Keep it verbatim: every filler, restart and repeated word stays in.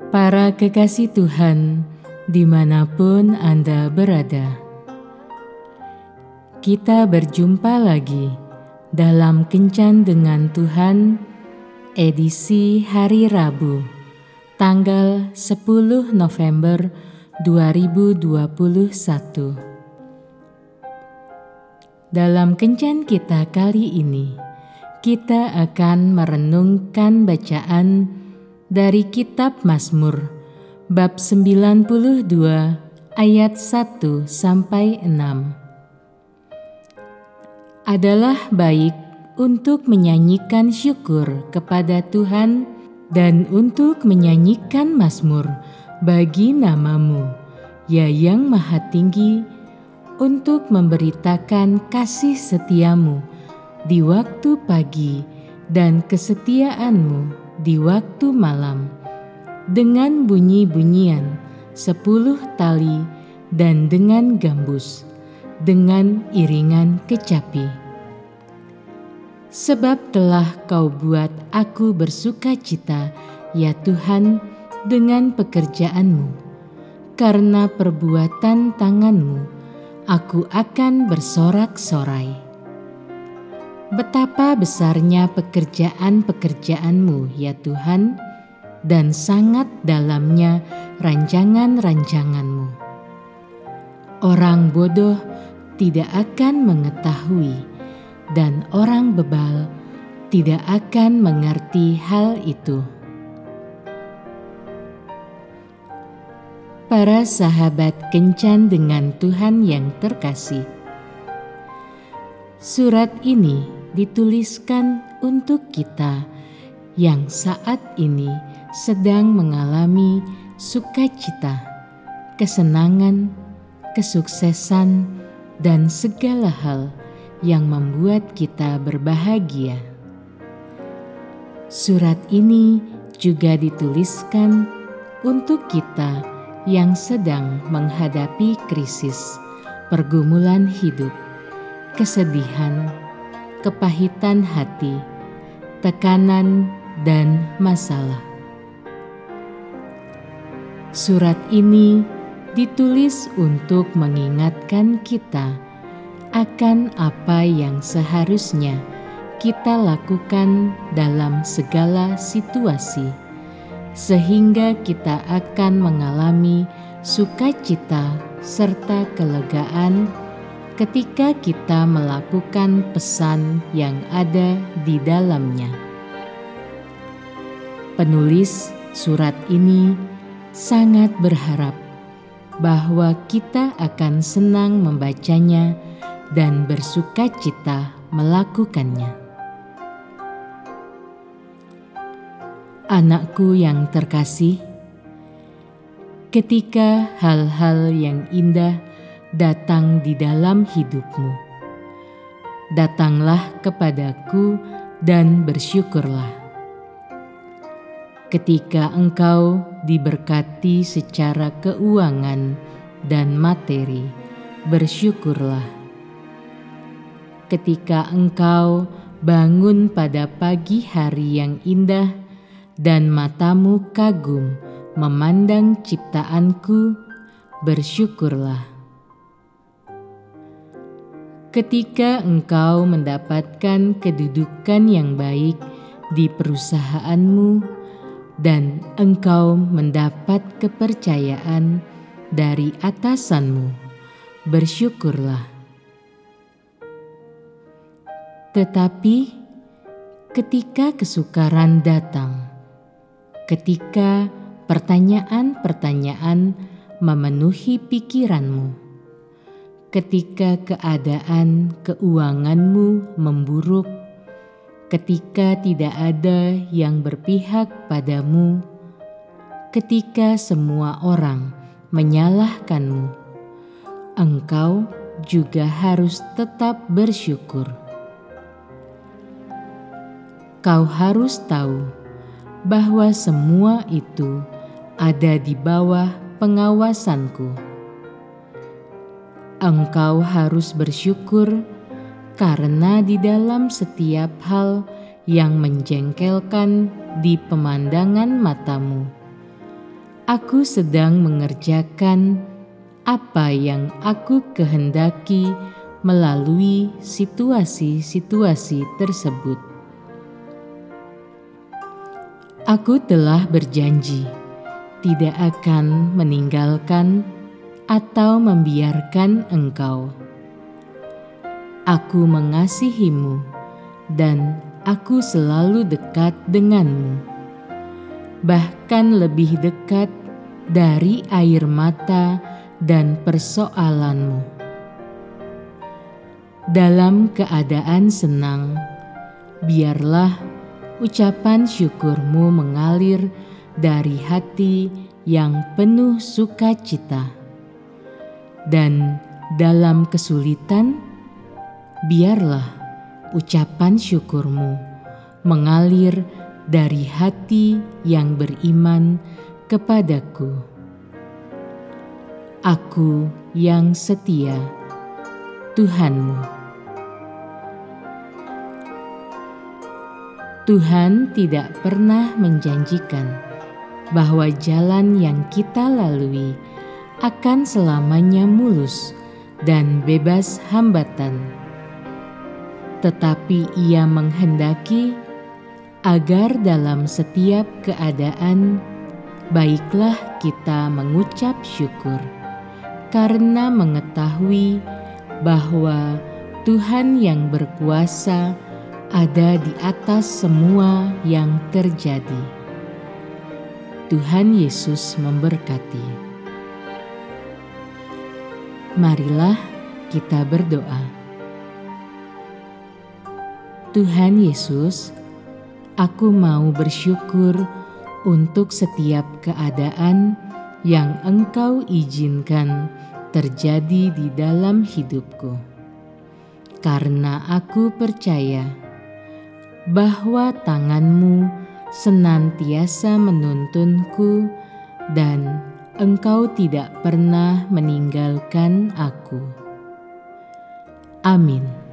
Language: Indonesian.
Para kekasih Tuhan, dimanapun Anda berada, kita berjumpa lagi dalam Kencan dengan Tuhan, edisi hari Rabu, tanggal sepuluh November dua ribu dua puluh satu. Dalam Kencan kita kali ini, kita akan merenungkan bacaan dari kitab Mazmur bab sembilan puluh dua ayat satu sampai enam. Adalah baik untuk menyanyikan syukur kepada Tuhan dan untuk menyanyikan mazmur bagi nama-Mu, ya yang maha tinggi, untuk memberitakan kasih setia-Mu di waktu pagi dan kesetiaan-Mu di waktu malam, dengan bunyi-bunyian sepuluh tali dan dengan gambus, dengan iringan kecapi. Sebab telah Kau buat aku bersukacita, ya Tuhan, dengan pekerjaan-Mu. Karena perbuatan tangan-Mu, aku akan bersorak-sorai. Betapa besarnya pekerjaan-pekerjaan-Mu, ya Tuhan, dan sangat dalamnya rancangan-rancangan-Mu. Orang bodoh tidak akan mengetahui, dan orang bebal tidak akan mengerti hal itu. Para sahabat Kencan dengan Tuhan yang terkasih, surat ini dituliskan untuk kita yang saat ini sedang mengalami sukacita, kesenangan, kesuksesan, dan segala hal yang membuat kita berbahagia. Surat ini juga dituliskan untuk kita yang sedang menghadapi krisis, pergumulan hidup, kesedihan, kepahitan hati, tekanan, dan masalah. Surat ini ditulis untuk mengingatkan kita akan apa yang seharusnya kita lakukan dalam segala situasi, sehingga kita akan mengalami sukacita serta kelegaan ketika kita melakukan pesan yang ada di dalamnya. Penulis surat ini sangat berharap bahwa kita akan senang membacanya dan bersukacita melakukannya. Anakku yang terkasih, ketika hal-hal yang indah datang di dalam hidupmu, datanglah kepadaku dan bersyukurlah. Ketika engkau diberkati secara keuangan dan materi, bersyukurlah. Ketika engkau bangun pada pagi hari yang indah dan matamu kagum memandang ciptaanku, bersyukurlah. Ketika engkau mendapatkan kedudukan yang baik di perusahaanmu dan engkau mendapat kepercayaan dari atasanmu, bersyukurlah. Tetapi ketika kesukaran datang, ketika pertanyaan-pertanyaan memenuhi pikiranmu, ketika keadaan keuanganmu memburuk, ketika tidak ada yang berpihak padamu, ketika semua orang menyalahkanmu, engkau juga harus tetap bersyukur. Kau harus tahu bahwa semua itu ada di bawah pengawasanku. Engkau harus bersyukur karena di dalam setiap hal yang menjengkelkan di pemandangan matamu, aku sedang mengerjakan apa yang aku kehendaki melalui situasi-situasi tersebut. Aku telah berjanji tidak akan meninggalkan atau membiarkan engkau. Aku mengasihimu dan aku selalu dekat denganmu, bahkan lebih dekat dari air mata dan persoalanmu. Dalam keadaan senang, biarlah ucapan syukurmu mengalir dari hati yang penuh sukacita. Dan dalam kesulitan, biarlah ucapan syukurmu mengalir dari hati yang beriman kepadaku. Aku yang setia, Tuhanmu. Tuhan tidak pernah menjanjikan bahwa jalan yang kita lalui akan selamanya mulus dan bebas hambatan. Tetapi Ia menghendaki agar dalam setiap keadaan baiklah kita mengucap syukur, karena mengetahui bahwa Tuhan yang berkuasa ada di atas semua yang terjadi. Tuhan Yesus memberkati. Marilah kita berdoa. Tuhan Yesus, aku mau bersyukur untuk setiap keadaan yang Engkau izinkan terjadi di dalam hidupku, karena aku percaya bahwa tangan-Mu senantiasa menuntunku dan Engkau tidak pernah meninggalkan aku. Amin.